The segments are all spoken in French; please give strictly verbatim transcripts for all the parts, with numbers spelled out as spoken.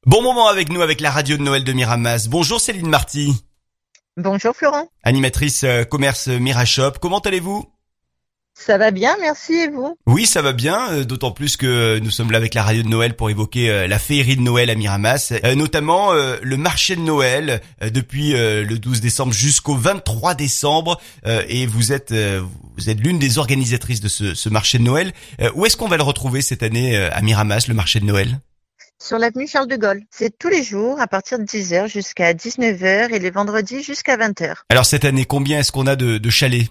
Bon moment avec nous avec la radio de Noël de Miramas. Bonjour Céline Marty. Bonjour Florent. Animatrice euh, commerce Mirashop. Comment allez-vous? Ça va bien, merci et vous? Oui, ça va bien, euh, d'autant plus que euh, nous sommes là avec la radio de Noël pour évoquer euh, la féerie de Noël à Miramas, euh, notamment euh, le marché de Noël euh, depuis euh, le douze décembre jusqu'au vingt-trois décembre euh, et vous êtes euh, vous êtes l'une des organisatrices de ce, ce marché de Noël. Euh, où est-ce qu'on va le retrouver cette année euh, à Miramas, le marché de Noël? Sur l'avenue Charles de Gaulle. C'est tous les jours à partir de dix heures jusqu'à dix-neuf heures et les vendredis jusqu'à vingt heures. Alors cette année, combien est-ce qu'on a de, de chalets?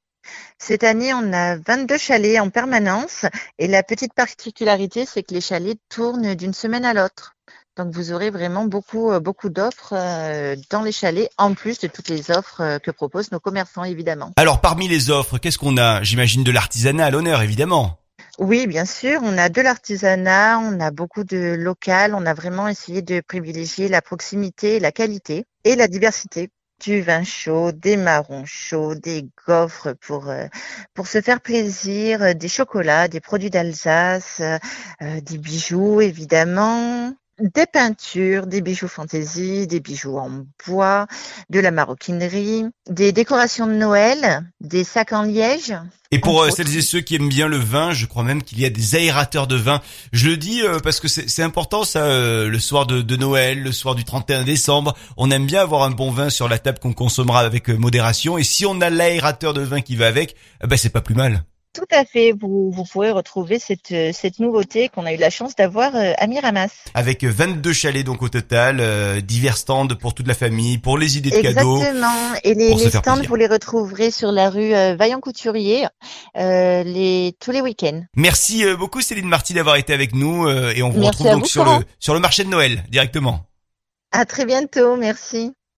Cette année, on a vingt-deux chalets en permanence et la petite particularité, c'est que les chalets tournent d'une semaine à l'autre. Donc vous aurez vraiment beaucoup beaucoup d'offres euh, dans les chalets, en plus de toutes les offres euh, que proposent nos commerçants, évidemment. Alors parmi les offres, qu'est-ce qu'on a? J'imagine de l'artisanat à l'honneur, évidemment. Oui, bien sûr, on a de l'artisanat, on a beaucoup de local, on a vraiment essayé de privilégier la proximité, la qualité et la diversité. Du vin chaud, des marrons chauds, des gaufres pour euh, pour se faire plaisir, euh, des chocolats, des produits d'Alsace, euh, des bijoux évidemment, des peintures, des bijoux fantaisie, des bijoux en bois, de la maroquinerie, des décorations de Noël, des sacs en liège. Et pour euh, Entre celles autres. et ceux qui aiment bien le vin, je crois même qu'il y a des aérateurs de vin. Je le dis euh, parce que c'est c'est important ça, euh, le soir de, de Noël, le soir du trente et un décembre. On aime bien avoir un bon vin sur la table qu'on consommera avec euh, modération. Et si on a l'aérateur de vin qui va avec, eh ben c'est pas plus mal. Tout à fait, vous, vous pourrez retrouver cette, euh, cette nouveauté qu'on a eu la chance d'avoir euh, à Miramas. Avec euh, vingt-deux chalets donc au total, euh, divers stands pour toute la famille, pour les idées de cadeaux. Exactement, et les, pour se les faire stands, plaisir. vous les retrouverez sur la rue euh, Vaillant-Couturier euh, les, tous les week-ends. Merci euh, beaucoup Céline Marty d'avoir été avec nous euh, et on vous Merci retrouve à donc vous, sur Florent. le sur le marché de Noël directement. À très bientôt, merci.